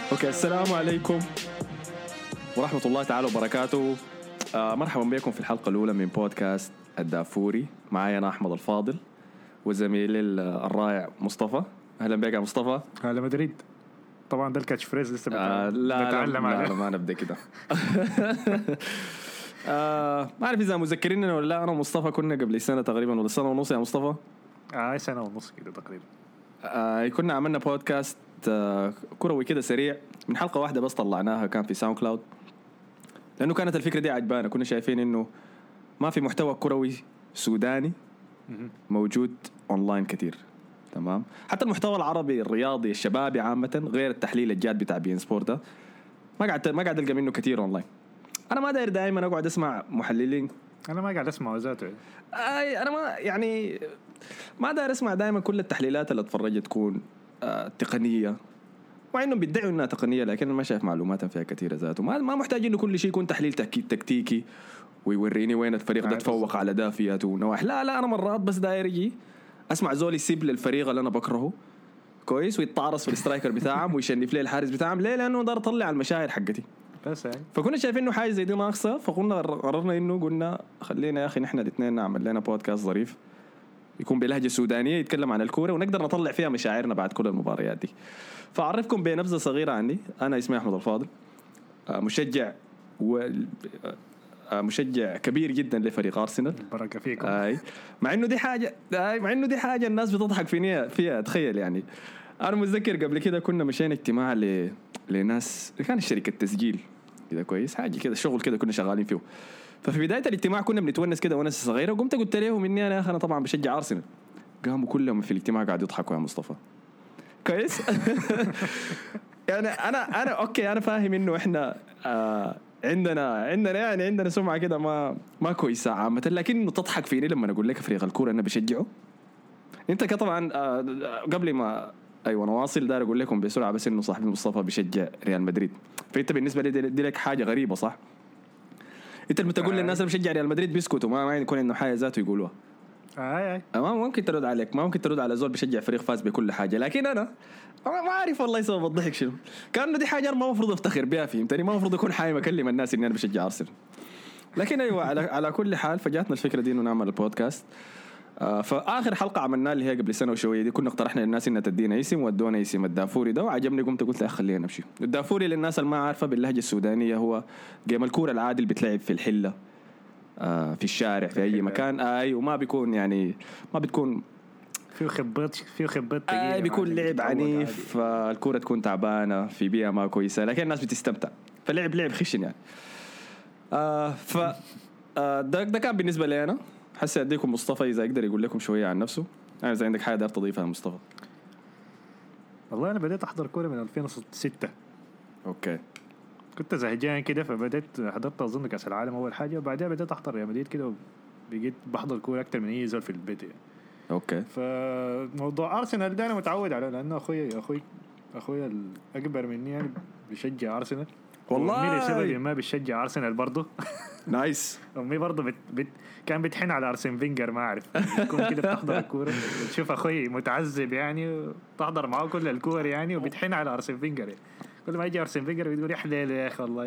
اوكي، السلام عليكم ورحمة الله تعالى وبركاته. مرحبا بكم في الحلقة الأولى من بودكاست الدافوري. معايا أنا أحمد الفاضل وزميلي الرائع مصطفى. أهلا بك يا مصطفى. هلا مدريد. طبعا ده الكاتش فريز لسه بتعلم عليه. لا ما نبدأ كده. ما أعرف إذا مذكريننا ولا لا. أنا ومصطفى كنا قبل سنة تقريبا ولا سنة ونص يا مصطفى. سنة ونص كده تقريبا. كنا عملنا بودكاست كروي كده سريع من حلقة واحدة بس طلعناها، كان في ساوند كلاود، لأنه كانت الفكرة دي عجبانا. كنا شايفين إنه ما في محتوى كروي سوداني موجود أونلاين كتير. تمام. حتى المحتوى العربي الرياضي الشبابي عامة غير التحليل الجاد بتاع بين سبورت ده ما قاعد ألقى منه كتير أونلاين. أنا ما داير دائما أقعد أسمع محللين. أنا ما قاعد أسمع ذاته. أنا ما داير أسمع دائما كل التحليلات اللي أتفرج تكون تقنية، مع إنهم بيدعوا إنها تقنية، لكن أنا ما شايف معلومات فيها كثيرة ذاته. ما محتاج إنه كل شيء يكون تحليل تكتيكي ويوريني وين الفريق ده تفوق على ده فياته ونواح. لا أنا مرات بس داير يجي أسمع زول يسيب للفريق اللي أنا بكرهه كويس ويتعرص في السترايكر بتاعهم ويشنف لي الحارس بتاعهم. ليه؟ لأنه دار أطلع على المشاعر حقتي بس يعني. فكنا شايفين إنه حاجة زي دي ناقصة، فقلنا قررنا إنه قلنا خلينا يا أخي نحن الاثنين نعمل لنا بودكاست ظريف يكون بلهجة سودانية يتكلم عن الكورة ونقدر نطلع فيها مشاعرنا بعد كل المباريات دي. فأعرفكم بنبذة صغيرة عني. أنا اسمي أحمد الفاضل، مشجع كبير جدا لفريق أرسنال. بركة فيكم. مع إنه دي حاجة الناس بتضحك فيها. تخيل يعني أنا متذكر قبل كده كنا مشينا اجتماع لناس كان شركة تسجيل كده كويس، حاجة كده شغل كده كنا شغالين فيه. ففي بداية الاجتماع كنا بنتونس كده وناس صغيرة، وقمت قلت لهم إني أنا طبعا بشجع أرسنال. قاموا كلهم في الاجتماع قاعد يضحكوا يا مصطفى. كويس. يعني أنا أوكي، أنا فاهم إنه إحنا عندنا سمعة كده ما كويسة عامة، لكن إنه تضحك فيني لما أقول لك فريق الكورة أنا بشجعه. أنت كطبعا قبل ما أيوة نواصل دار أقول لكم بسرعة بس إنه صاحبي مصطفى بشجع ريال مدريد. فأنت بالنسبة لي دي لك حاجة غريبة صح؟ انت لما تقول للناس اللي بشجع ريال مدريد بيسكتوا، ما يكون انه حاجه ذاته يقولوها. ما ممكن ترد عليك، ما ممكن ترد على زول بشجع فريق فاز بكل حاجه. لكن انا ما عارف والله سبب الضحك شنو. كانه دي حاجه ما المفروض افتخر بها، فهمتني؟ ما المفروض اكون حايم اكلم الناس اني انا بشجع ارسنال. لكن ايوه على كل حال فجاتنا الفكره دي انه نعمل البودكاست. فآخر حلقة عملناها اللي هي قبل سنة وشوية دي كنا اقترحنا للناس إنها تدينا اسم، ودونا اسم الدافوري ده وعجبني، قمت قلت خلينا نمشي. الدافوري للناس اللي ما عارفة باللهجة السودانية هو جيم الكورة العادي بتلعب في الحلة، في الشارع، في أي مكان. وما بيكون يعني ما بتكون فيه خبط بيكون لعب عنيف، فالكورة تكون تعبانة في بيئة ما كويسة، لكن الناس بتستمتع، فلعب خشن يعني. ده كان بالنسبة لي أنا. حسي أديكم مصطفى إذا يقدر يقول لكم شوية عن نفسه. إذا عندك حاجة دار تضيفها مصطفى. والله أنا بديت أحضر كورة من 2006. أوكي. كنت زهجان كده فبدأت حضرت أظن كأس العالم أول حاجة، وبعدها بدأت أحضر ريال مدريد كده، وبقيت بحضر كورة أكتر من أي زول في البيت يعني. أوكي. فموضوع أرسنال ده أنا متعود عليه لأنه أخوي الأكبر مني يعني بيشجع أرسنال. والله أمي لسبب ما بيشجع أرسنال برضو. نايس. أمي برضو كان بتحن على أرسن فينجر، ما أعرف تكون كده بتحضر الكورة تشوف أخوي متعذب يعني، تحضر معه كل الكور يعني، وبتحن على أرسن فينجر يعني. كل ما يجي أرسن فينجر بتقول يا حلال يا أخي والله.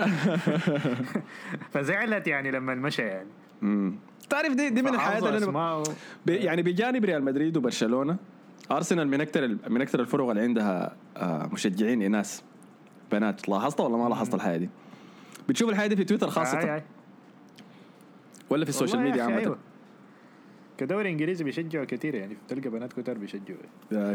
فزعلت يعني لما المشى يعني. تعرف دي من الحاجات اللي أنا يعني بجانب ريال مدريد وبرشلونة، أرسنال من أكثر الفرق اللي عندها مشجعين إناس بنات. لاحظت ولا ما لاحظت الحاجة دي؟ بتشوف الحاجة دي في تويتر خاصة ولا في السوشيال ميديا عامة؟ أيوة. كدوري إنجليزي بيشجعوا كتير يعني، تلقى بنات كتير بيشجعوا.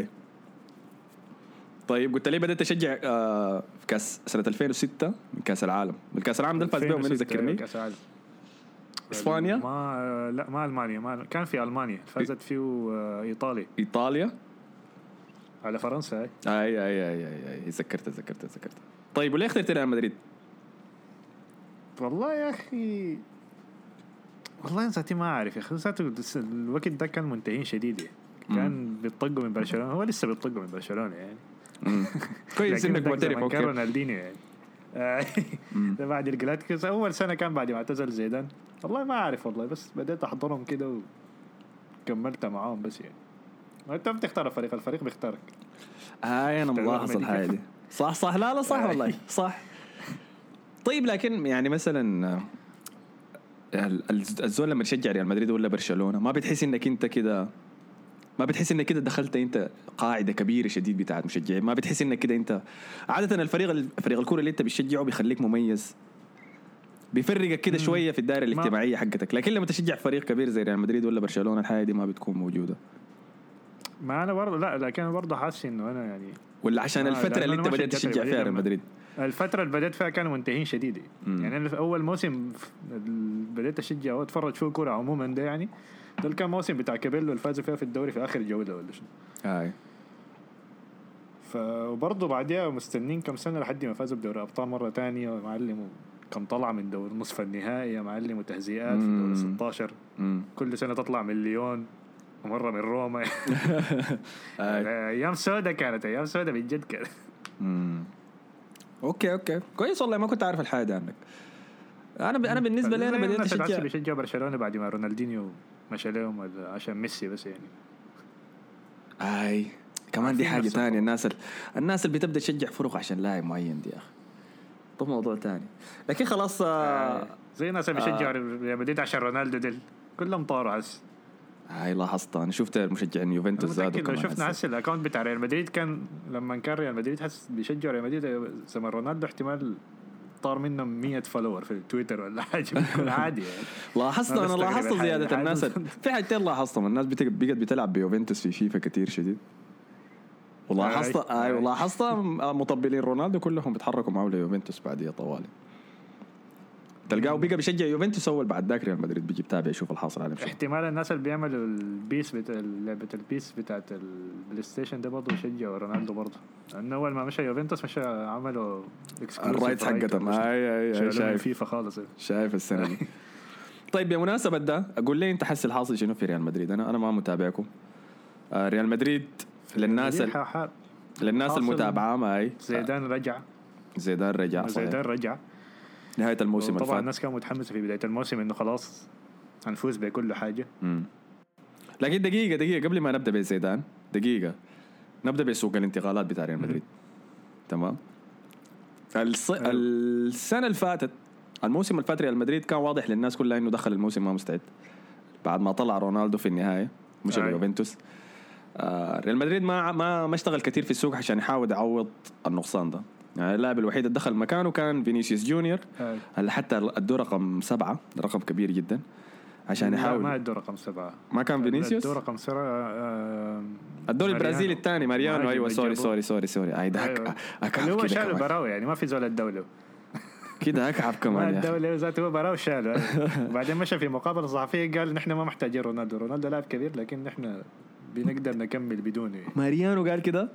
طيب قلت لي بدأت أشجع في كاس سنة 2006 من كاس العالم. الكاس العالم ده الفاز بيه من يذكرني؟ كاس العالم إسبانيا؟ ما ألمانيا، كان في ألمانيا فازت فيه إيطاليا على فرنسا. أي ذكرت. طيب وليه اخترت ريال مدريد؟ والله يا أخي والله ذاتي ما أعرف يا أخي. ذاته الوقت ده كان منتهين شديد يعني. كان بيطقوا من برشلونة، هو لسه بيطقوا من برشلونة يعني. كويس إنك معترف. كان رونالدينيو يعني. ده بعد الجلاكتيكوس أول سنة كان بعد ما اعتزل زيدان. والله ما أعرف والله، بس بديت أحضرهم كده وكملت معاهم بس يعني. ما أنت بتختار الفريق بيختارك. أنا ملاحظ الحاجة دي. صح لا صح والله صح. طيب لكن يعني مثلا الزول لما تشجع ريال مدريد ولا برشلونة ما بتحس انك انت كده، ما بتحس انك كده دخلت انت قاعده كبيره شديد بتاعت مشجعين؟ ما بتحس انك كده انت عاده فريق الكوره اللي انت بتشجعه بيخليك مميز، بيفرقك كده شويه في الدائره الاجتماعيه حقتك، لكن لما تشجع فريق كبير زي ريال مدريد ولا برشلونه الحاجه دي ما بتكون موجوده. ما انا برضه لا، لكن انا برضه حاسس انه انا يعني ولا عشان الفتره اللي انت بدأت تشجع فيها ريال مدريد، الفتره اللي بدأت فيها كانوا منتهين شديد يعني. انا في اول موسم بدأت اشجع واتفرج فيه كوره عموما ده يعني، ده كان موسم بتاع كابيلو اللي فازوا فيها في الدوري في اخر جوله ولا شنو. فبرضه بعديها مستنين كم سنه لحد ما فازوا بدوري ابطال مره تانية يا معلم، كم طلع من دور نصف النهائي يا معلم، وتهزيئات في دور 16 كل سنه تطلع مليون ومره من روما. ايام سودة كانت، ايام سودة بجد كانت. اوكي كويس والله، ما كنت عارف الحاجه عنك. انا بالنسبه لي انا بديت بشجع برشلونه بعد ما رونالدينيو مشى لهم عشان ميسي بس يعني. كمان دي حاجه ثانيه. الناس اللي بتبدا تشجع فرق عشان لاعب معين دي يا اخي، ده موضوع ثاني. لكن خلاص زي الناس اللي بيشجعوا ريال مدريد عشان رونالدو ديل كلهم طاروا هسه. لاحظت انا شفت المشجعين يوفنتوس زادوا كمان. شفنا هسه الاكونت بتاع ريال مدريد كان لما كان ريال مدريد حس بيشجع ريال مدريد زمن رونالدو احتمال طار منهم 100 فولور في تويتر ولا حاجه، بيكون عادي يعني. لاحظت زياده الناس في حاجتين لاحظتهم. الناس بقت بتلعب بيوفنتوس في فيفا كتير شديد، ولاحظت مطبلين رونالدو كلهم بيتحركوا معه ليوفنتوس بعديه طوالي. تلقاه بقى بيشجع يوفنتوس اول، بعد ذاك ريال مدريد بيجي بتابع يشوف الحاصل على مشان. احتمال الناس اللي بيعملوا البيس لعبه البيس بتاعت البلاي ستيشن ده برضه يشجعوا رونالدو برضه، لانه اول ما مشى يوفنتوس مشى عملوا الرايت حقتهم. شايف فيفا خالص، شايف السنه دي. طيب بمناسبه ده اقول لي انت حس الحاصل شنو في ريال مدريد؟ انا ما متابعكم. ريال مدريد للناس المتابعه معي. زيدان رجع نهاية الموسم الفات. طبعا الناس كانوا متحمسة في بداية الموسم إنه خلاص هنفوز بكل حاجة. لكن دقيقة قبل ما نبدأ بزيدان، نبدأ بسوق الانتقالات بتاع ريال مدريد. تمام. السنة اللي فاتت، الموسم اللي فات ريال مدريد كان واضح للناس كلها إنه دخل الموسم ما مستعد بعد ما طلع رونالدو في النهاية مش يوفنتوس. ريال مدريد ما اشتغل كتير في السوق عشان يحاول يعوض النقصان ده. يعني اللاعب الوحيد اللي دخل مكانه كان فينيسيوس جونيور، اللي حتى ادوا رقم 7، رقم كبير جدا عشان يحاول. ما ادوا رقم 7، ما كان فينيسيوس. ادوا رقم 7 الدوري البرازيلي الثاني ماريانو. ايوه سوري ده اللي هو شال براوي يعني، ما في زول الدوله كده اكعب كمان يا الدوله ذاته هو براوي شاله. بعدين مشى في مقابله صحفيه قال نحن ما محتاجين رونالدو لاعب كبير لكن نحن بنقدر نكمل بدونه. ماريانو قال كده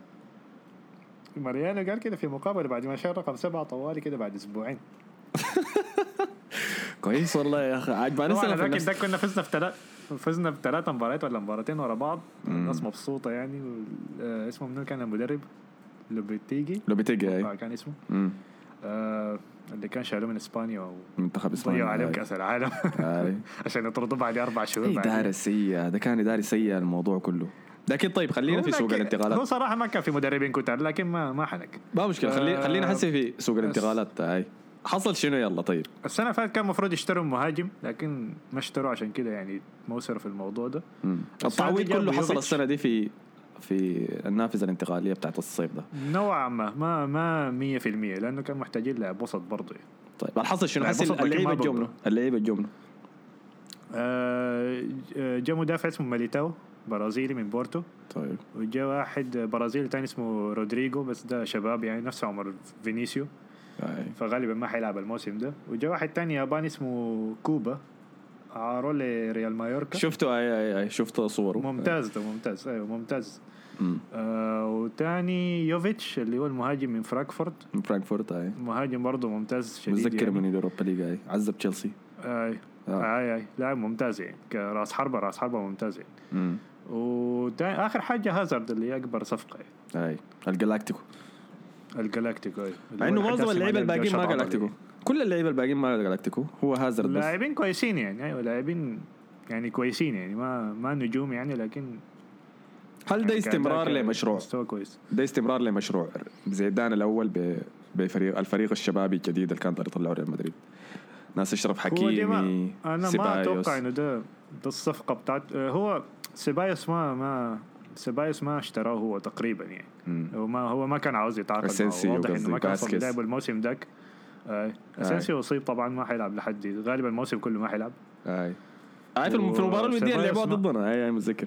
في مقابلة بعد ما شال رقم 7 طوالي كده بعد أسبوعين. كويس والله يا أخي، عجباني السنة. لكن ده كنا فزنا ب3 مباريات ولا مباراتين ورا بعض. الناس مبسوطة يعني. اسمه منو كان المدرب؟ لوبيتيجي كان اسمه. اللي كان شالوه من إسبانيا منتخب إسبانيا ضيعوا عليهم كأس العالم عشان يطردوا بعد 4 شهور. إدارة سيئة، ده كان إدارة سيئة الموضوع كله. لكن طيب خلينا في سوق الانتقالات. هو صراحة ما كان في مدربين كتار لكن ما حنك. ما مشكلة. خلينا نحسي في سوق الانتقالات. هاي حصل شنو؟ يلا طيب. السنة فاتت كان مفروض يشتروا مهاجم لكن ما اشتروا، عشان كده يعني موسر في الموضوع ده. التعويض كله حصل السنة دي في النافذة الانتقالية بتاعت الصيف ده نوعا ما 100%، لأنه كان محتاجين لاعب وسط برضه. طيب الحصل شنو؟ حسي اللعيبة الجملة جاء مدافع اسمه ماليتاو برازيلي من بورتو. طيب. وجاء واحد برازيلي تاني اسمه رودريجو بس ده شباب يعني نفس عمر فينيسيو. فغالبا ما حيلعب الموسم ده. وجاء واحد تاني ياباني اسمه كوبا عاروا لريال مايوركا. شفته شفت صوره. ممتاز. ايوه ممتاز. وتاني يوفيتش اللي هو المهاجم من فرانكفورت. مهاجم برضه ممتاز شديد. متذكر يعني. من يوروبا ليج عزب تشيلسي. اي لاعب ممتاز يعني، كراس حربة ممتاز يعني. واخر حاجه هازارد اللي اكبر صفقه يعني. الجلاكتيكو مع انه معظم اللعيبه الباقيين ما جلاكتيكو. كل اللعيبه الباقيين ما جلاكتيكو، هو هازارد بس. لاعبين كويسين يعني. ايوه لاعبين يعني كويسين يعني، ما نجوم يعني لكن هل ده استمرار كأداء لمشروع؟ مستوى كويس. ده استمرار لمشروع زيدان الأول بفريق الفريق الشبابي الجديد اللي كان يطلعوا ريال مدريد، ناس أشرف حكيمي انا ما اتوقع انه ده الصفقه بتاعت هو سيبايوس ما اشتراه هو تقريبا يعني. هو ما كان عاوز يتعاقد معه، واضح انه ما كان صار لعب الموسم داك. اسينسيو اصيب طبعا، ما حيلعب لحد غالبا الموسم كله ما حيلعب. في المباراة الودية اللي لعبوها ضدنا اي متذكر.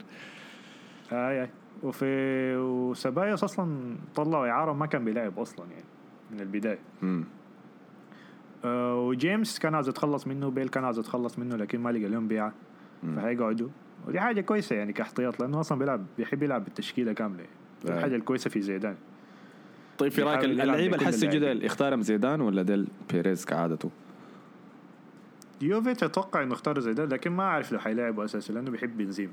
وسيبايوس اصلا طلعوا اعاره، ما كان بيلعب اصلا يعني من البدايه. وجيمس كان عاوز يتخلص منه، بيل كان عاوز يتخلص منه لكن ما لقى لهم بيعه، فهيقعدوا. ودي حاجه كويسه يعني كاحتياط، لانه اصلا بيحب يلعب بالتشكيله كامله. دي الحاجه الكويسه في زيدان. طيب في رايك اللعيبه الحسي جدا اختارهم زيدان ولا ديل بيريز كعادته؟ يوفيتش اتوقع انه اختار زيدان، لكن ما اعرف لو حيلعبه اساسي لانه بيحب بنزيما.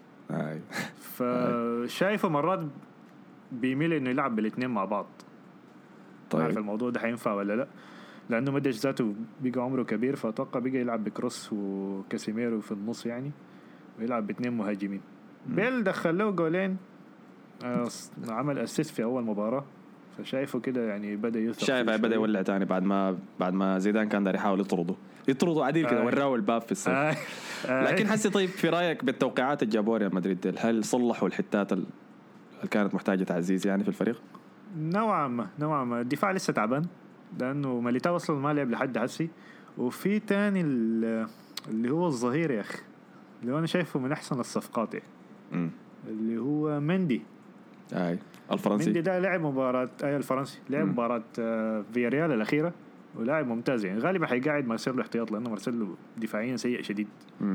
فشايفه مرات بيميل انه يلعب بالاثنين مع بعض. طيب ما اعرف الموضوع ده حينفع ولا لا، لانه مدش ذاته بقى عمره كبير، فاتوقع بقى يلعب بكروس وكاسيميرو في النص يعني، ويلعب باثنين مهاجمين. بيل دخل له جولين، عمل اسيست في اول مباراه، فشايفه كده يعني بدا يثق، شايف بدا يولع تاني بعد ما زيدان كان داير يحاول يطرده عديل كده، وراه الباب في الصيف. لكن حسي طيب في رايك بالتوقيعات اللي جابوها ريال مدريد، هل صلحوا الحتات اللي كانت محتاجه تعزيز يعني في الفريق؟ نوعا ما الدفاع لسه تعبان، لانه ميليتاو اصلا ما لعب لحد هسي. وفي تاني اللي هو الظهير يا اخي، اللي انا شايفه من احسن الصفقات يعني. اللي هو مندي الفرنسي. مندي ده لعب مباراة الفرنسي، لعب مباراة فياريال الأخيرة ولاعب ممتاز يعني. غالبا حيقاعد مارسيلو احتياط لأنه مارسيلو دفاعيا سيء شديد.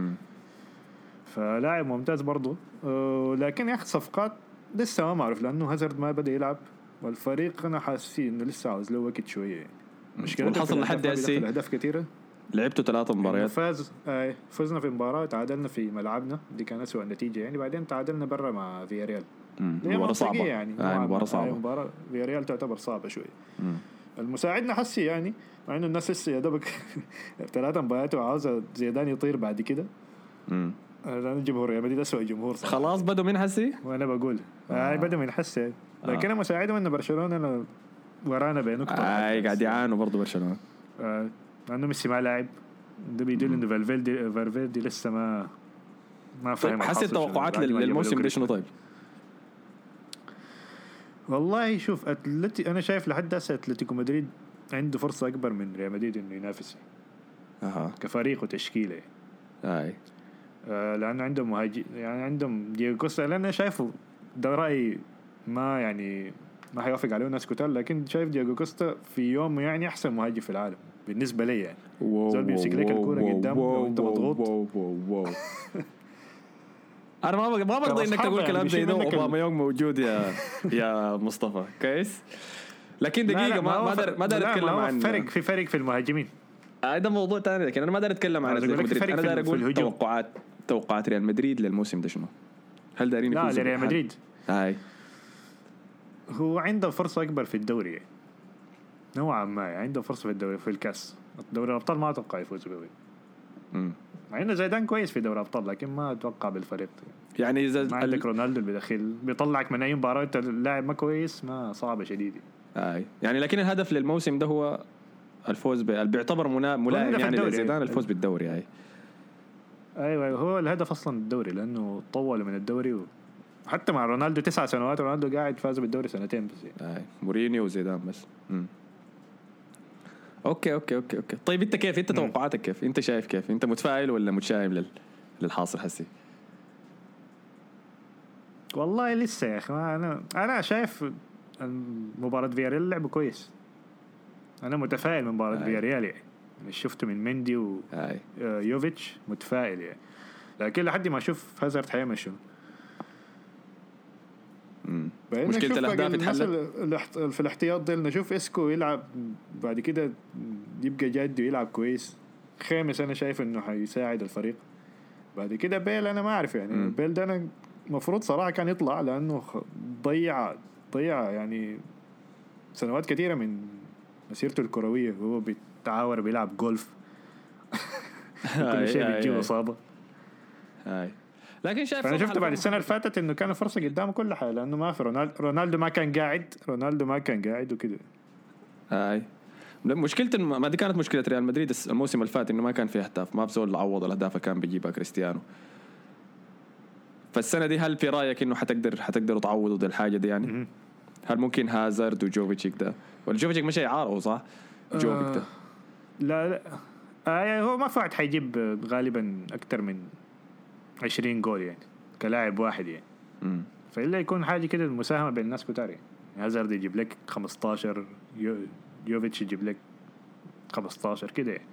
فلاعب ممتاز برضو. لكن يا أخي صفقات لسه ما أعرف، لأنه هازارد ما بدأ يلعب، والفريق أنا حاسين إنه لسه عاوز له وقت شوية يعني. مشكلة الحصل لحد هسي أهداف كثيرة، لعبتوا 3 مباريات، فزنا في مباراة، تعادلنا في ملعبنا، دي كانت أسوأ نتيجة يعني. بعدين تعادلنا برا مع فياريال، مباراة صعبة يعني. مباراة صعبة، مباراة فياريال تعتبر صعبة شوي. المساعدنا حسي يعني، مع إنه الناس لسه يا دوبك 3 مباريات وعاوزة زيدان يطير بعد كده. لأن جمهور ريال مدريد أسوأ جمهور صراحة. خلاص بدوا من حسي، وأنا بقول بدوا من حسي. لكن مساعدهم إنه برشلونة ورانا بنقطة. قاعد يعانوا برضو برشلونة، لأنه ميسي ما لاعب، ده بيدل إنه فالفيردي لسه ما فهم. حسي التوقعات للموسم ده شنو طيب؟ والله شوف، أنا شايف لحد هسه أتلتيكو مدريد عنده فرصة أكبر من ريال مدريد إنه ينافس كفريق وتشكيلة. لأنه عندهم مهاجم يعني، عندهم دييغو كوستا، لأن أنا شايفه ده رأيي ما يعني ما حيوافق عليه ناس كتير، لكن شايف دييغو كوستا في يوم يعني أحسن مهاجم في العالم بالنسبة لي يعني. زول بيمسك لك الكورة قدام لو أنت مضغوط. أنا ما برضى إنك تقول كلام زي ده وأوباما يونغ موجود يا مصطفى كويس. لكن دقيقة ما دار أتكلم عن فرق في المهاجمين. هذا موضوع تاني، لكن أنا ما دار أتكلم عن ريال مدريد. أنا دار أقول توقعات ريال مدريد للموسم ده شنو؟ هل دارين يفوزوا؟ لا لريال مدريد هو عنده فرصة أكبر في الدوري يعني. نوعا ما عنده فرصة في الدوري، في الكاس دوري الأبطال ما أتوقع يفوزوا به. مع إنه زيدان كويس في دوري الأبطال، لكن ما أتوقع بالفريق يعني إذا ما عندك رونالدو اللي بدخل بيطلعك من أي مباراة، أنت اللاعب ما كويس، ما صعبة شديدة. يعني لكن الهدف للموسم ده هو الفوز بيعتبر ملائم يعني لزيدان الفوز بالدوري. أيوة هو الهدف أصلا الدوري، لأنه طول من الدوري حتى مع رونالدو 9 سنوات، رونالدو قاعد فاز بالدوري 2 سنين بس يعني. مورينيو وزيدان بس. أوكي. طيب أنت كيف؟ أنت توقعاتك كيف؟ أنت شايف كيف؟ أنت متفائل ولا متشائم للحاصل حسي؟ والله لسه يا أخي، أنا شايف مباراة فياريال لعب كويس. أنا متفائل من مباراة فياريال يعني، شفته من مندي ويوفيتش متفائل يعني. لكن لحد ما أشوف هازارد حيعمل شنو. مشكلة الأهداف اتحلت في الاحتياط ده. نشوف إسكو يلعب بعد كده يبقى جاد ويلعب كويس. خامس أنا شايف إنه حيساعد الفريق. بعد كده بيل أنا ما أعرف يعني. بيل ده أنا مفروض صراحة كان يطلع، لأنه ضيع يعني سنوات كثيرة من مسيرته الكروية وهو بيتعاور بيلعب جولف. كل شيء بيجيب إصابة. لكن شايف انا صلاح شفت بعد الفرق- السنه اللي فاتت انه كان فرصه قدامه كل حاجه لانه ما في رونالدو ما كان قاعد، رونالدو ما كان قاعد وكده. هاي مشكلة ما دي كانت مشكلة ريال مدريد الموسم اللي فات انه ما كان في اهداف، ما بزول عوض الاهداف اللي كان بيجيبها كريستيانو. فالسنة دي هل في رايك انه حتقدروا تعوضوا دي الحاجة دي يعني؟ هل ممكن هازارد وجوفيتشيك ده، ولا جوفيتشيك مش عاره صح؟ جوفيك ده لا يعني هو ما فاعد حيجيب غالبا اكثر من 20 جول يعني كلاعب واحد يعني. فإلا يكون حاجه كده المساهمه بين الناس كتار يعني. هازارد يجيب لك 15، يوفيتش يجيب لك 15 كده يعني.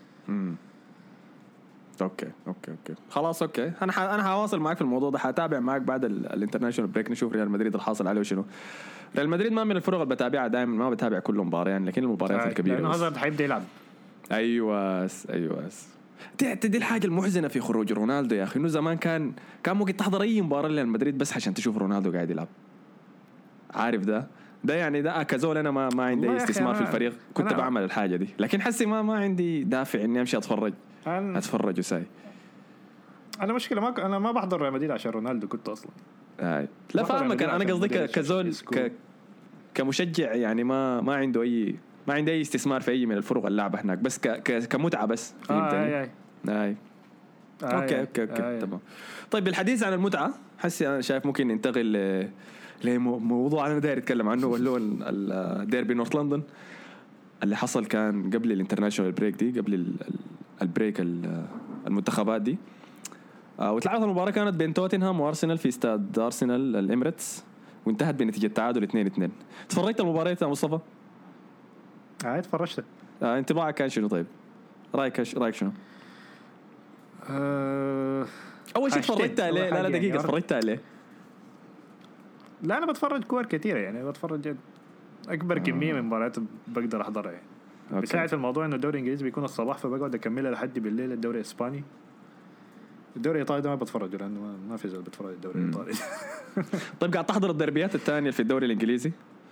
اوكي خلاص اوكي. انا هواصل معك في الموضوع ده، حتابع معك بعد الانترناشونال بريك نشوف ريال مدريد الحاصل عليه وشنو. ريال مدريد ما من الفرق اللي بتابعها دائما، ما بتابع كل مباراه يعني، لكن المباريات الكبيره لانه هازارد حيبدا يلعب. ايوه دي الحاجه المحزنه في خروج رونالدو يا اخي، انه زمان كان ممكن تحضر اي مباراه لريال مدريد بس عشان تشوف رونالدو قاعد يلعب. عارف ده يعني ده كزول انا ما عندي استثمار في الفريق كنت بعمل الحاجه دي، لكن حسي ما عندي دافع اني امشي اتفرج وساي. انا مشكله انا ما بحضر ريال مدريد عشان رونالدو كنت اصلا. لا فاهمك، انا قصدي كزول كمشجع يعني ما عنده ما عندي اي استثمار في اي من الفرق اللعبه هناك، بس كمتعه بس. فهمتني؟ اوكي تمام. طيب بالحديث عن المتعه، حسي انا شايف ممكن ننتقل لموضوع انا داير اتكلم عنه، واللي هو الديربي نورث لندن اللي حصل كان قبل الانترناشونال بريك دي، قبل البريك المنتخبات دي. وتلعبت المباراه كانت بين توتنهام وارسنال في استاد ارسنال الاميريتس، وانتهت بنتيجه تعادل 2-2. تفرجت المباراه يا مصطفى؟ اتفرجت. انطباعك كان شنو؟ طيب رايك شنو؟ اول شيء تفرجت عليه؟ لا دقيقه يعني تفرجت عليه؟ لا انا بتفرج كور كثيره يعني، بتفرج اكبر كميه من مباريات بقدر احضرها يعني. بساعد في الموضوع انه الدوري الانجليزي بيكون الصباح، فبقعد اكملها لحد بالليل. الدوري الاسباني، الدوري الايطالي ده ما بتفرج لانه ما في زول بتفرج الدوري الايطالي. طيب قاعد تحضر الدربيات الثانيه في الدوري الانجليزي؟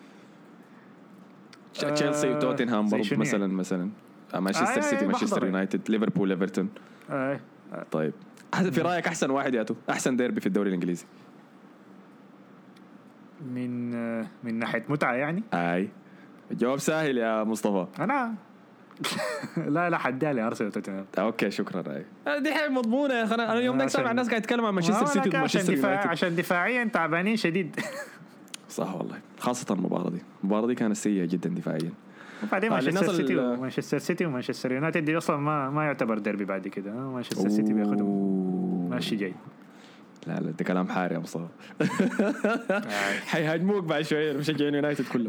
تشيلسي وتوتنهام برضه مثلا مانشستر سيتي مانشستر يونايتد ليفربول ايفرتون. طيب في رايك احسن واحد ياتو احسن ديربي في الدوري الانجليزي من ناحيه متعه يعني؟ الجواب سهل يا مصطفى. انا لا حدها لي ارسنال وتوتنهام. اوكي شكرا. دي حاجه مضمونه يا اخي. انا اليوم ده سامع الناس قاعد يتكلموا عن مانشستر سيتي ومانشستر يونايتد عشان دفاعيا تعبانين شديد. صح والله، خاصه المباراه دي كانت سيئه جدا دفاعيا. وبعدين مانشستر سيتي ومانشستر يونايتد دي اصلا ما يعتبر ديربي بعد كده. مانشستر سيتي بياخدهم ماشي جاي. لا ده كلام حار يا مصطفى. حيهاجموك بعد شويه المشجعين يونايتد كلهم.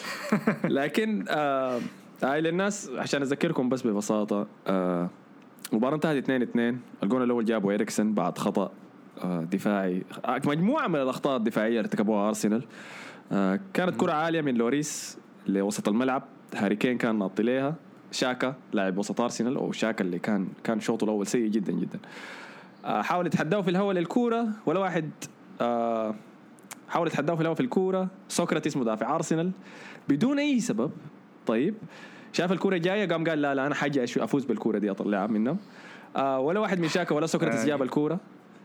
لكن للناس عشان اذكركم بس ببساطه، مباراة انتهت 2-2. الجون الاول جابه إريكسن بعد خطأ دفاعي، مجموعة من الأخطاء الدفاعية ارتكبوها أرسنال. كانت كرة عالية من لوريس لوسط الملعب، هاري كين كان ناط ليها، شاكا لاعب وسط أرسنال أو شاكا اللي كان شوطه الأول سيء جدا جدا. حاول يتحداه في الهواء للكورة، ولا واحد حاول يتحداه في الهواء في الكورة. سوكراتيس مدافع أرسنال بدون أي سبب طيب شاف الكورة جاية قام قال لا أنا حاجة أفوز بالكورة دي أطلعها منهم. ولا واحد من شاكا ولا سوكراتيس جاب الكورة.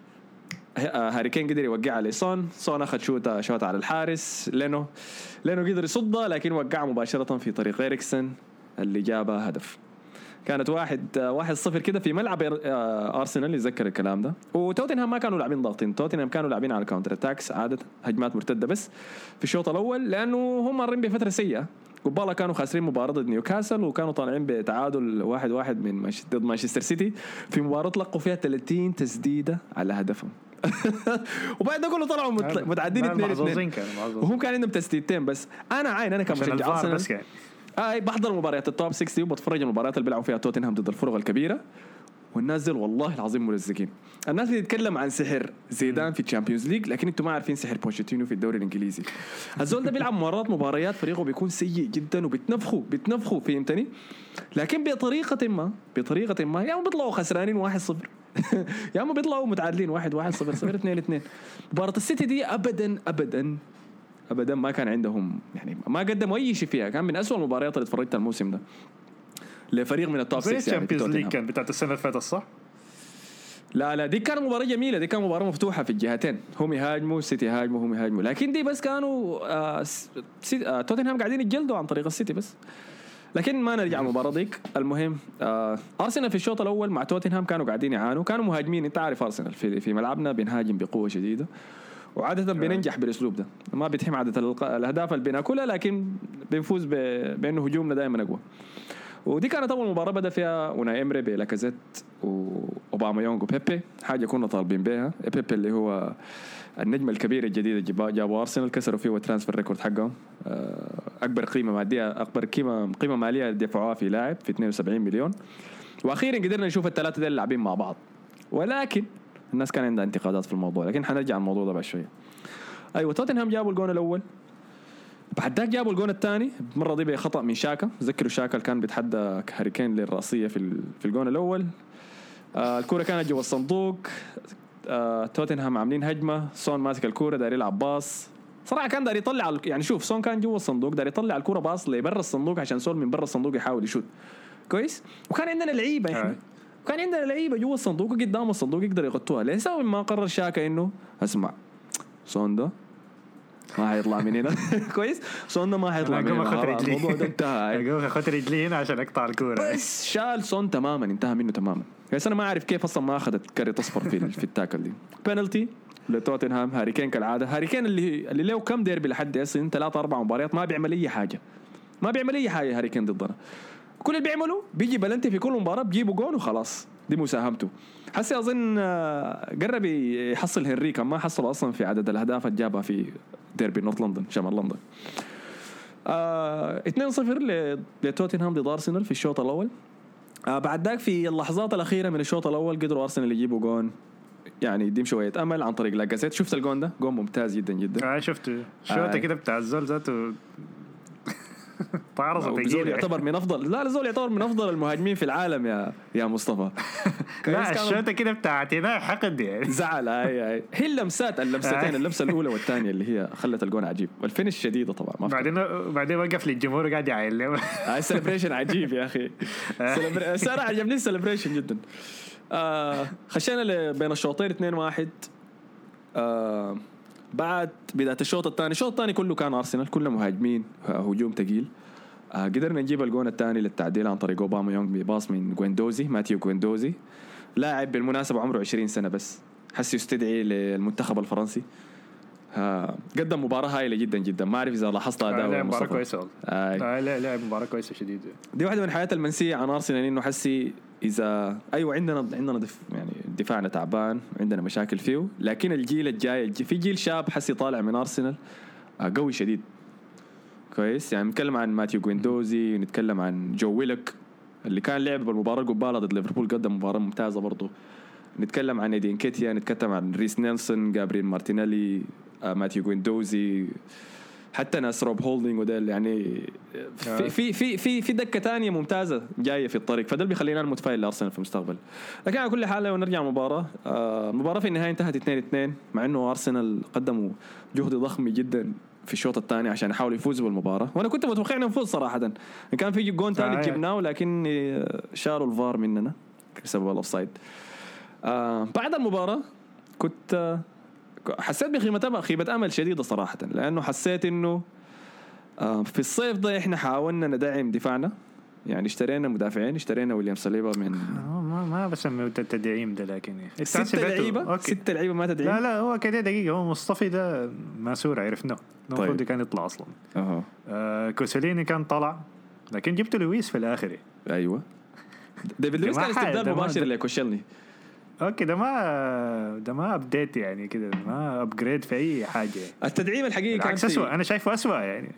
هاري كين قدر يوقعها لسون أخذ شوت على الحارس. لينو قدر يصدها لكن وقعها مباشرة في طريق إريكسن اللي جابها هدف. كانت 1-0 كده في ملعب أرسنال، يذكر الكلام ده. وتوتنهام ما كانوا لاعبين ضاغطين، توتنهام كانوا لاعبين على كاونتر اتاكس عادة، هجمات مرتدة بس في الشوط الأول، لأنه هم مارين بفترة سيئة. قبالة كانوا خاسرين مباراة ضد نيوكاسل، وكانوا طالعين بتعادل 1-1 ضد مانشستر سيتي في مباراة لقوا فيها 30 تسديدة على هدفهم. وبعد ده كله طلعوا متعدين 2-2 وهم كان عندهم تسديدتين بس. أنا كمشجع أرسنال بحضر مباريات التوب 60 وبتفرج المباريات اللي بيلعبوا فيها توتنهام ضد الفرق الكبيرة، والناس دي والله العظيم ملزقين. الناس بتتكلم عن سحر زيدان في الشامبيونز ليج، لكن انتم ما عارفين سحر بوشيتينو في الدوري الانجليزي. الزول ده بيلعب مباريات فريقه بيكون سيء جدا وبتنفخوا فهمتني، لكن بطريقة ما يا هم بيطلعوا خسرانين 1-0 يا هم بيطلعوا متعادلين 1-1 0-0 2-2. مباراة السيتي دي ابدا ما كان عندهم يعني، ما قدموا اي شيء فيها. كان من أسوأ المباريات اللي اتفرجتها الموسم ده لفريق من التوب 6 يعني. الشامبيونز ليج كان بتاعت السنه اللي فاتت صح؟ لا دي كانت مباراة جميلة، دي كانت مباراة مفتوحة في الجهتين، هم يهاجموا السيتي يهاجموا هم يهاجموا، لكن دي بس كانوا توتنهام قاعدين يتجلدوا عن طريق السيتي بس. لكن ما نرجع المباراة ديك. المهم أرسنال في الشوط الأول مع توتنهام كانوا قاعدين يعانوا، كانوا مهاجمين. أنت عارف أرسنال في ملعبنا بنهاجم بقوة شديدة، وعادة بننجح بالأسلوب ده، ما بتهم عادة الأهداف اللي بناكلها، لكن بنفوز بأنه هجومنا دائما أقوى. ودي كانت أول مباراة بدأ فيها أوناي إمري بلاكازيت وأوباما يونغ وبيبي، حاجة كنا طالبين بها. بيبي اللي هو النجم الكبير الجديد جابوا أرسنال، كسروا فيه الترانسفير ريكورد حقهم، أكبر قيمة مادية، أكبر قيمة مالية دفعوها في لاعب في 72 مليون. وأخيرا قدرنا نشوف الثلاثة دول لاعبين مع بعض، ولكن الناس كان عندها انتقادات في الموضوع، لكن حنرجع الموضوع ده بعد شوية. أيوة توتنهام جابوا الجون الأول، بعد ذاك جابوا الجون الثاني مرة دي بخطأ من شاكا. ذكروا شاكا اللي كان بيتحدى هاري كين للرأسية في الجون الأول. الكرة كانت جوا الصندوق، توتنهام عاملين هجمة، سون ماسك الكرة داري يلعب باص، صراحة كان داري يطلع، يعني شوف سون كان جوا الصندوق داري يطلع الكرة باص لبرا الصندوق عشان سون من برا الصندوق يحاول يشوت كويس. وكان عندنا لعيبة احنا وكان عندنا لعيبة جوا الصندوق وقدام الصندوق يقدر يغطوها. لسه ما قرر شاكا انه اسمع سون ده ما هيطلع من هنا كويس، سون ما هيطلع من هنا، الموضوع ده انتهى. اقوم اخذ رجلي هنا عشان اقطع الكوره، بس شال سون تماما، انتهى منه تماما. بس انا ما اعرف كيف اصلا ما اخذت كاري تصفر في التاكل دي. بينالتي لتوتنهام، هاري كين كالعاده، هاري كين اللي له كم ديربي لحد هسه 3-4 مباريات ما بيعمل اي حاجه، هاري كين ضدنا. كل اللي بيعمله بيجي بلنتي في كل مباراه بيجيبوا جون وخلاص، دي مساهمته. حسي اظن قرب يحصل هنري، ما حصل اصلا في عدد الاهداف اللي جابها في ديربي نورث لندن شمال لندن. 2-0 لتوتنهام ضد أرسنال في الشوط الأول. بعد ذاك في اللحظات الأخيرة من الشوط الأول قدروا أرسنال يجيبوا جون، يعني يديم شوية أمل عن طريق لاكازيت. شفت الجون ده؟ جون ممتاز جدا جدا. شفته شوطة كده بتاع الزول ذاته طارصة زول يعتبر من أفضل، لا زول يعتبر من أفضل المهاجمين في العالم يا مصطفى. لا الشوطة كده بتاع اعتناء حقد يعني زعل. هي اللمستين، اللمسة الأولى والثانية اللي هي خلت الجون عجيب، والفينش شديدة طبعا. بعدين وقف للجمهور قاعد يعيل السليبريشن عجيب يا أخي. سارة عجبني السليبريشن جدا. خشينا بين الشوطين 2-1. بعد بداية الشوط الثاني كله كان أرسنال، كله مهاجمين، هجوم تقيل. قدرنا نجيب الجون الثاني للتعديل عن طريق أوباما يونغ بباص من ماتيو غويندوزي، لاعب بالمناسبة عمره 20 سنة بس، حس يستدعي للمنتخب الفرنسي. قدم مباراة هايلة جدا جدا، ما أعرف إذا لاحظت أداءه. لا مباراة كويسة لا لعب مباراة كويسة شديدة. دي واحدة من الحياة المنسية عن أرسنال، إنه حسي إذا أيوة عندنا يعني دفاعنا تعبان عندنا مشاكل فيه، لكن الجيل الجاي في جيل شاب حسي طالع من أرسنال قوي شديد كويس. يعني نتكلم عن ماتيو غويندوزي، نتكلم عن جو ويلك اللي كان لعب بالمباراة قبالة ضد ليفربول، قدم مباراة ممتازة برضو. نتكلم عن إيدين كيتيا، نتكلم عن ريس نيلسون، جابريل مارتينيلي، ماتيو غويندوزي، حتى ناس روب هولدينج وديل. يعني في دكة تانية ممتازة جاية في الطريق، فده اللي بيخلينا متفائل لأرسنال في المستقبل. لكن على كل حال لو نرجع المباراة، المباراة في النهاية انتهت 2-2، مع إنه أرسنال قدموا جهد ضخم جدا في الشوط الثاني عشان يحاولوا يفوزوا بالمباراة، وأنا كنت متوقع إنه نفوز صراحة. كان في جون ثالث جبناه، لكن شالوا الفار مننا بسبب الأوفسايد. بعد المباراة كنت حسيت بخيبة أمل شديدة صراحة، لأنه حسيت إنه في الصيف ده إحنا حاولنا ندعم دفاعنا، يعني اشترينا مدافعين، اشترينا ويليام سليبا من ما بسميه التدعيم ده، لكن 6 لعيبة ما تدعيم. لا هو كده دقيقة، هو مصطفى ده ماسور عرفناه المفروض طيب. كان يطلع أصلا. كوسوليني كان طلع، لكن جبت لويس في الآخر. أيوة ديفيد لويس كان استبدال مباشر لكوشيلني. اوكي ده ما ابديت يعني كده، ما ابجريد في اي حاجه. التدعيم الحقيقي كان أسوأ، انا شايفه أسوأ يعني.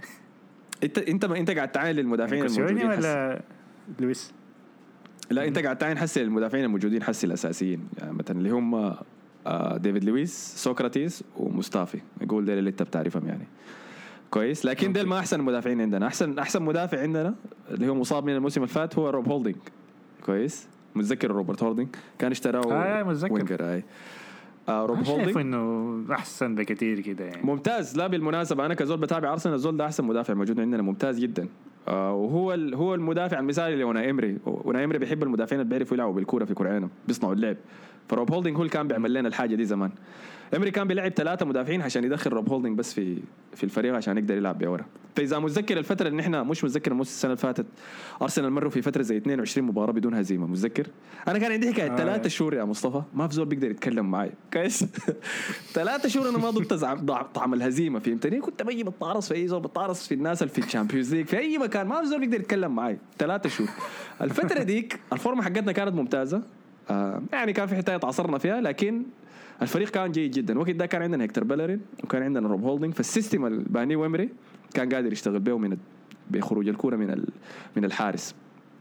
انت قاعد تعاين للمدافعين الموجودين ولا لويس؟ لا انت قاعد تعاين حسي المدافعين الموجودين حسي الاساسيين، يعني مثلا اللي هم ديفيد لويس، سوكراتيس ومصطفى، يقول ده اللي انت بتعرفهم يعني كويس. لكن ده ما احسن المدافعين عندنا. احسن مدافع عندنا اللي هو مصاب من الموسم اللي فات هو روب هولدينج كويس. متذكر روبرت هولدينج كان اشتراه وينجر. روب هولدينج انه احسن بكثير كده يعني، ممتاز. لا بالمناسبه انا كزول بتابع ارسنال، الزول ده احسن مدافع موجود عندنا، ممتاز جدا. وهو هو المدافع المثالي لوناي إمري. وناي إمري بيحب المدافعين اللي بيعرفوا يلعبوا بالكوره في كورعينهم بيصنعوا اللعب. فروب هولدينج هو اللي كان بيعمل لنا الحاجه دي زمان. إمري كان بيلعب 3 مدافعين عشان يدخل روب هولدينج بس في الفريق عشان يقدر يلعب بورا. فاذا متذكر الفتره اللي احنا مش متذكر الموسم السنه اللي فاتت ارسنال مروا في فتره زي 22 مباراه بدون هزيمه. متذكر انا كان عندي حكايه 3 شهور يا مصطفى ما في زول بيقدر يتكلم معي كويس. 3 شهور انا ما ضبط طعم الهزيمه فهمتني. كنت بجي بتعرص في اي زول بتعرص في الناس اللي في الشامبيونز ليج في اي مكان ما في زول بيقدر يتكلم معي 3 شهور. الفتره ديك الفورمه حقتنا كانت ممتازه. يعني كان في حتايه تعصرنا فيها لكن الفريق كان جيد جدا. وقت ده كان عندنا هيكتور بيلرين وكان عندنا روب هولدينج. فالسيستم الباني ويمري كان قادر يشتغل به بخروج الكرة من الحارس.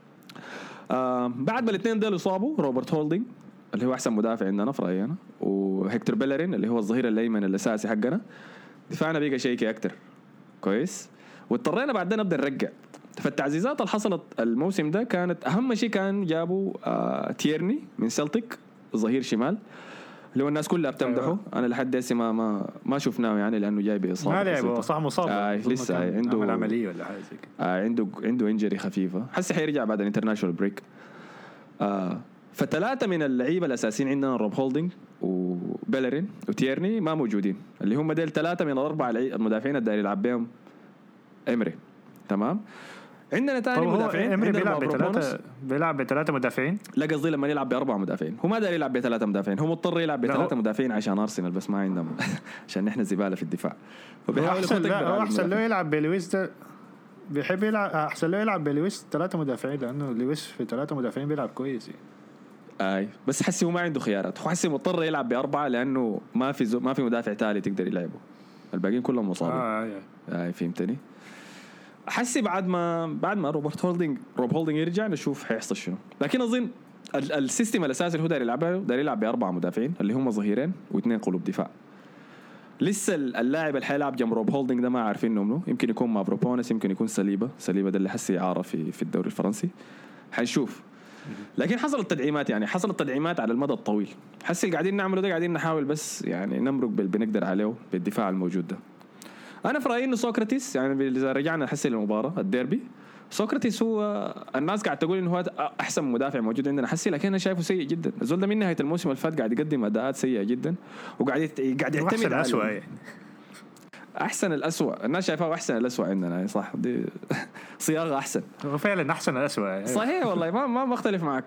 بعد ما الاثنين دول اصابوا روبرت هولدينج اللي هو احسن مدافع عندنا في رايي انا وهيكتور بيلرين اللي هو الظهير الايمن الاساسي حقنا دفاعنا بقى شيكي اكتر كويس. واضطرينا بعد ده نبدا نرجع. فالتعزيزات اللي حصلت الموسم ده كانت اهم شيء كان جابوا تيرني من سلتيك ظهير شمال اللي هو الناس كلها بتمدحه. أيوة. انا لحد هسه ما شفناه يعني لانه جاي باصابه ما لعب صح مصاب لسه عنده عمليه ولا حاجه زي كده. عنده انجري خفيفه حس حيرجع بعد الانترناشونال بريك. فثلاثه من اللعيبه الاساسيين عندنا روب هولدينج وبيلرين وتيرني ما موجودين اللي هم ديل 3 من الاربع المدافعين اللي داير يلعب بهم إمري. تمام. عندنا ثاني مدافعين إمري بيلعب ب3 مدافعين. لا قصدي لما يلعب ب4 مدافعين هو ما داير يلعب ب3 مدافعين. هو مضطر يلعب ب3 مدافعين عشان أرسنال بس ما عندهم عشان نحن زبالة في الدفاع. فبيحاول أحسن له يلعب بلويس ده بيحب يلعب أحسن له يلعب بلويس 3 مدافعين لأنه لويس في 3 مدافعين بيلعب كويس بس حسي هو ما عنده خيارات. هو حسي مضطر يلعب ب4 لأنه ما في مدافع تالي تقدر يلعبه. الباقيين كلهم مصابين. فهمتني. حسي بعد ما روب هولدينج يرجع نشوف حيحصل شنو. لكن اظن السيستم الاساسي اللي هو داير يلعب ب4 مدافعين اللي هم ظهيرين و2 قلوب دفاع. لسه اللاعب اللي حيلعب جنب روب هولدينج ده ما عارفين انه يمكن يكون مافروبونس يمكن يكون سليبا ده اللي حسي اعاره في الدوري الفرنسي حنشوف. لكن حصلت تدعيمات على المدى الطويل. حسي اللي قاعدين نعمله ده قاعدين نحاول بس يعني نمرق بنقدر عليه بالدفاع الموجود ده. أنا في رأيي إنه سوكراتيس يعني إذا رجعنا نحسي للمباراة الديربي سوكراتيس هو الناس قاعد تقول إنه هو أحسن مدافع موجود عندنا حسي لكن أنا شايفه سيء جدا. الزول ده من نهاية الموسم اللي فات قاعد يقدم أداءات سيئة جدا وقاعد يعتمد على الأسوأ يعني. أحسن الأسوأ الناس شايفاه أحسن الأسوأ عندنا صح دي صياغة أحسن. هو فعلا أحسن الأسوأ يعني. صحيح والله ما أختلف معك.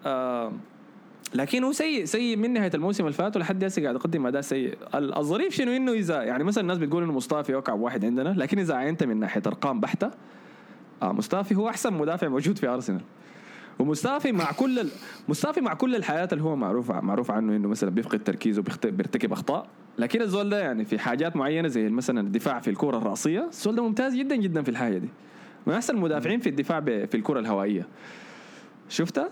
لكن هو سيء من نهايه الموسم اللي فات ولحد هسه قاعد يقدم اداء سيء. الظريف شنو انه اذا يعني مثلا الناس بتقول انه مصطفى يوقع واحد عندنا لكن اذا عينت من ناحيه ارقام بحته مصطفى هو احسن مدافع موجود في ارسنال. ومصطفى مع كل الحياه اللي هو معروف عنه انه مثلا بيفقد تركيزه بيرتكب اخطاء. لكن الزول ده يعني في حاجات معينه زي مثلا الدفاع في الكره الراسيه الزول ده ممتاز جدا جدا في الحاجه دي. من احسن المدافعين في الدفاع في الكره الهوائيه شفتها.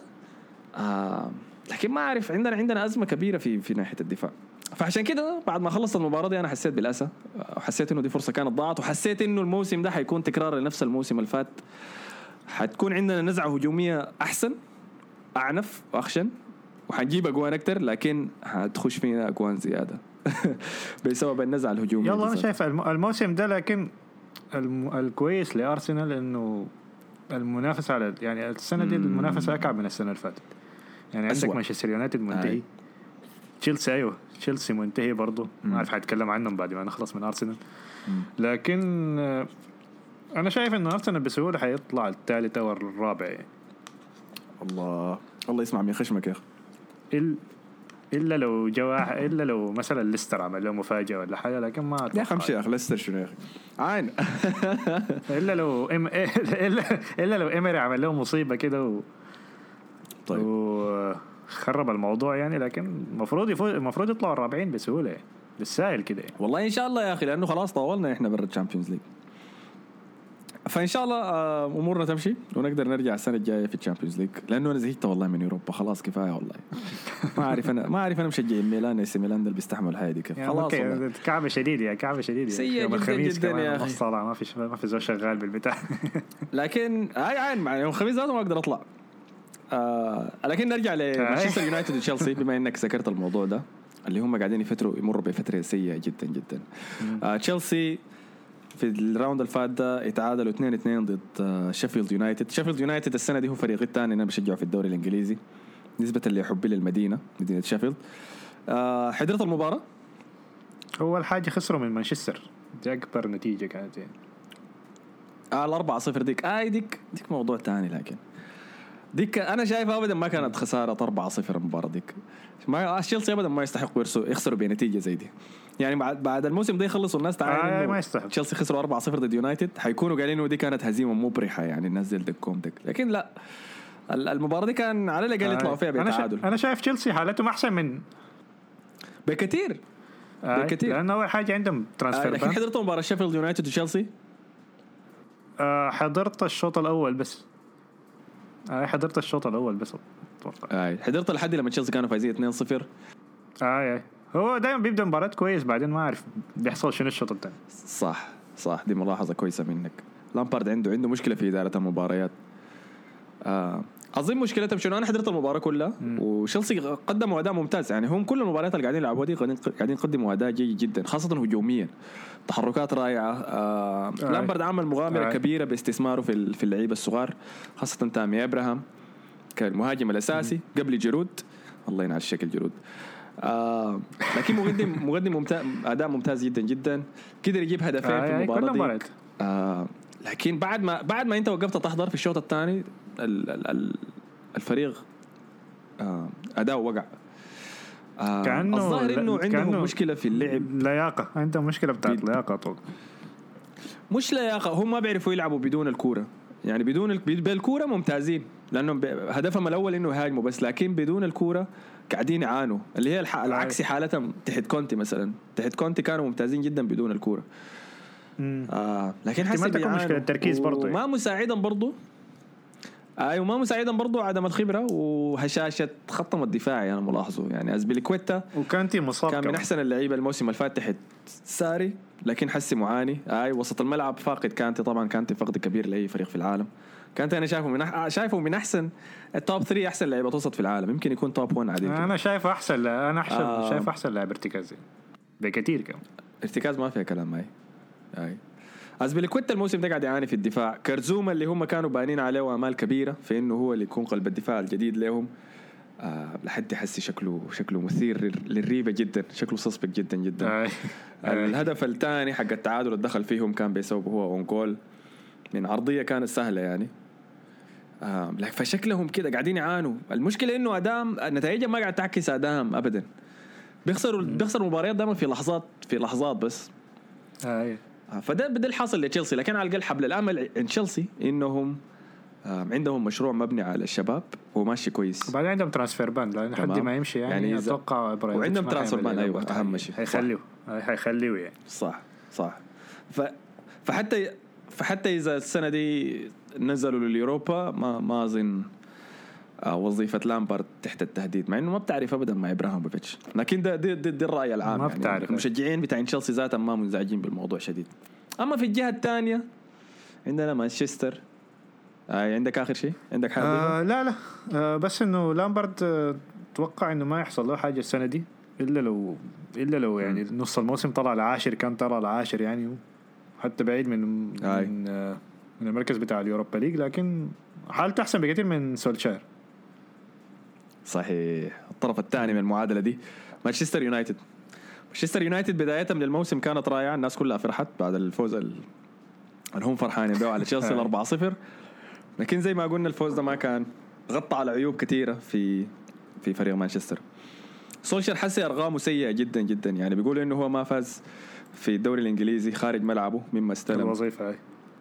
لكن ما أعرف عندنا أزمة كبيرة في ناحية الدفاع. فعشان كده بعد ما خلصت المباراة دي أنا حسيت بالأسى وحسيت إنه دي فرصة كانت ضاعت وحسيت إنه الموسم ده حيكون تكرار لنفس الموسم اللي فات. حتكون عندنا نزعة هجومية أحسن أعنف وأخشن وحنجيب أجوان أكتر لكن حتخش فينا أجوان زيادة بسبب النزعة الهجومية. يلا أنا شايف الموسم ده لكن الكويس لأرسنال إنه المنافسة على يعني السنة دي المنافسة أكعب من السنة اللي فاتت. يعني عندك مانشستر يونايتد منتهي. تشيلسي منتهي برضو ما أعرف حيتكلم عنهم بعد ما نخلص من أرسنال. لكن أنا شايف إنه أرسنال بسهولة حيطلع الثالث أو الرابع يعني. الله يسمع من خشمك يا أخي. إلا لو مثلا ليستر عمل له مفاجأة ولا حاجة لكن ما يا خمسة يا أخي ليستر شنو يا أخي عين إلا لو إمري عمل له مصيبة كده طيب وخرب الموضوع يعني. لكن المفروض يطلعوا الرابعين بسهولة يعني. بالسائل كده يعني. والله إن شاء الله يا أخي لأنه خلاص طولنا إحنا برا الشامبيونز ليج. فإن شاء الله أمورنا تمشي ونقدر نرجع السنة الجاية في الشامبيونز ليج لأنه أنا زهقت والله من أوروبا خلاص كفاية والله. ما أعرف أنا مشجع ميلان ميلان اللي بيستحمل الحياة دي كيف خلاص كعبة شديدة سيء جدا جدا يا أخي. الصلاة ما في زول شغال بالبتاع. لكن عين مع يوم الخميس هذا ما أقدر أطلع. لكن نرجع لمانشستر يونايتد وتشيلسي بما إنك ذكرت الموضوع ده اللي هم قاعدين يمروا بفترة سيئة جدا جدا. تشيلسي في الراوند اللي فات ده يتعادلوا 2-2 ضد شيفيلد يونايتد. شيفيلد يونايتد السنه دي هو فريقي الثاني انا بشجعه في الدوري الانجليزي نسبه لحبي للمدينه مدينه شيفيلد. حضرت المباراه. أول حاجة خسروا من مانشستر، دي أكبر نتيجة كانت يعني. 4-0 ديك موضوع تاني، لكن ديك انا شايف ابدا ما كانت خساره 4-0 المباراه ديك. ما تشيلسي ابدا ما يستحقوا يخسروا بنتيجه زي دي. يعني بعد الموسم ده يخلص والناس تعاين ما يستحق. تشيلسي خسروا 4-0 ضد يونايتد حيكونوا قايلين انه دي كانت هزيمه مبرحه يعني الناس دي دكهم دك، لكن لا المباراه دي كان على الاقل يطلعوا فيها بتعادل. انا شايف تشيلسي حالتهم احسن من بكثير لأن أول حاجة عندهم ترانسفير لكن حضرت مباراة شيفيلد يونايتد وتشيلسي؟ حضرت الشوط الأول بس. حضرت الشوط الأول بس أتوقع. حضرت لحد لما تشيلسي كانوا فايزين 2-0. هو دايما بيبدأ مباراة كويس بعدين ما أعرف بيحصل شنو الشوط الثاني. صح دي ملاحظة كويسة منك. لامبارد عنده مشكلة في إدارة المباريات. أظن مشكلتهم شنو. أنا حضرت المباراة كلها وشيلسي قدموا أداء ممتاز يعني هم كل المباريات اللي قاعدين يلعبوا دي قاعدين يقدموا أداء جيد جدا خاصة هجوميا تحركات رائعة. لامبارد عمل مغامرة كبيرة باستثماره في اللعيبة الصغار خاصة تامي إبراهام كالمهاجم الأساسي قبل جيرود الله ينعل الشكل جيرود. لكن مقدم ممتاز أداء ممتاز جدا جدا قدر يجيب هدفين في المباراة دي. لكن بعد ما انت وقفت تحضر في الشوط الثاني الفريق أداء وقع. الظاهر انه عندهم مشكلة في اللعب لياقة. عندهم مشكلة بتاعت لياقة طول. مش لياقة هم ما بيعرفوا يلعبوا بدون الكورة يعني بالكورة ممتازين لأنهم هدفهم الأول إنه يهاجموا بس لكن بدون الكورة قاعدين يعانوا اللي هي العكس حالتهم تحت كونتي مثلا. تحت كونتي كانوا ممتازين جدا بدون الكورة. لكن حسب مشكلة التركيز برضو ما مساعدا برضو. وما مساعدا برضو عدم الخبرة وهشاشة خطم الدفاعي أنا ملاحظه يعني أزبيليكويتا وكانتي مصاب كان من أحسن اللعيبة الموسم الفاتح ساري لكن حسي معاني. وسط الملعب فاقد كانتي طبعا كانتي فقد كبير لأي فريق في العالم. كانت أنا شايفه من أحسن التوب 3 أحسن لعيبة توسط في العالم يمكن يكون توب 1 عادي. أنا شايفه أحسن شايف أحسن لاعب ارتكازي بكتير كم ارتكاز ما فيها كلام هاي. أزبيليكويتا الموسم ده قاعد يعاني في الدفاع. كرزوما اللي هم كانوا بانين عليه آمال كبيرة في إنه هو اللي يكون قلب الدفاع الجديد لهم لحد حسي شكله مثير للريبة جدا شكله سسبك جدا جدا. الهدف الثاني حق التعادل الدخل فيهم كان بيسبب هو اونجول من عرضية كانت سهلة يعني. فشكلهم كده قاعدين يعانوا. المشكلة إنه أدام نتائجهم ما قاعد تعكس أدام أبدا. بيخسروا مباريات دائما في لحظات بس. فده بدل حاصل لتشيلسي لكن على الأقل حبل الأمل عند تشيلسي إنهم عندهم مشروع مبني على الشباب وماشي كويس. وبعدين عندهم ترانسفير بان لأن حد ما يمشي يعني أتوقع وعندهم ترانسفير بان أيوة أهم شيء هيخليه يعني صح. فحتى إذا السنة دي نزلوا لليوروبا ما أظن وظيفة لامبارد تحت التهديد مع إنه ما بتعرف أبدا مع إبراهيموفيتش لكن ده الرأي العام ما يعني المشجعين بتاعين تشيلسي ذاتهم ما منزعجين بالموضوع شديد. أما في الجهة الثانية عندنا مانشستر. عندك آخر شيء عندك حاجة؟ لا بس إنه لامبارد توقع إنه ما يحصل له حاجة السنة دي إلا لو يعني نص الموسم طلع العاشر كان طلع العاشر يعني حتى بعيد من المركز بتاع اليوروبا ليج لكن حالته أحسن بكثير من سولشاير. صحيح. الطرف الثاني من المعادلة دي مانشستر يونايتد بداية من الموسم كانت رائعة الناس كلها فرحت بعد الفوز هم فرحانين بيو على تشيلسي 4-0 لكن زي ما قلنا الفوز ده ما كان غطى على عيوب كثيرة في فريق مانشستر. سولشاير حسي أرقامه سيئة جدا جدا يعني بيقولوا إنه هو ما فاز في الدوري الإنجليزي خارج ملعبه مما استلم الوظيفة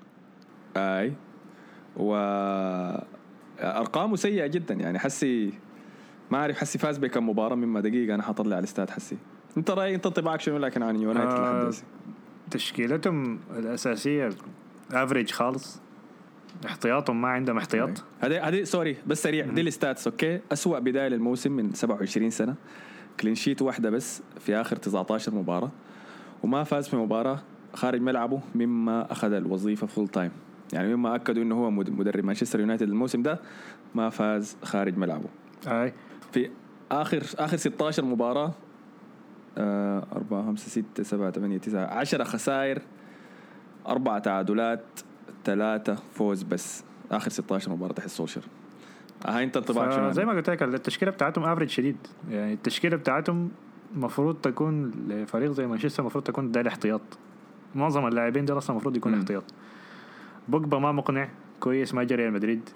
وأرقامه سيئة جدا يعني حسي ما أعرف حسي فاز بكم مباراة مما دقيقة أنا حاطط لي على الاستاد حسي. أنت انطباعك شنو لكن عن يونايتد تشكيلتهم الأساسية افريج خالص. احتياطهم ما عندهم احتياط. هذه سوري بس سريع دي الاستاتس اوكي. أسوأ بداية للموسم من 27 سنة كلين شيت واحدة بس في آخر 19 مباراة وما فاز في مباراة خارج ملعبه مما أخذ الوظيفة فول تايم يعني مما أكدوا إنه هو مدرب مانشستر يونايتد الموسم ده ما فاز خارج ملعبه. في آخر 16 مباراة 4 5 6 7 8 9 10 خسائر 4 تعادلات 3 فوز بس اخر 16 مباراه تحت سولشر. هاي انت انطباعك شنو؟ زي ما قلت لك التشكيله بتاعتهم افريج شديد يعني. التشكيله بتاعتهم المفروض تكون لفريق زي مانشستر المفروض تكون ده الاحتياط. معظم اللاعبين دول اصلا المفروض يكون احتياط. بوجبا ما مقنع كويس ما جري مدريد.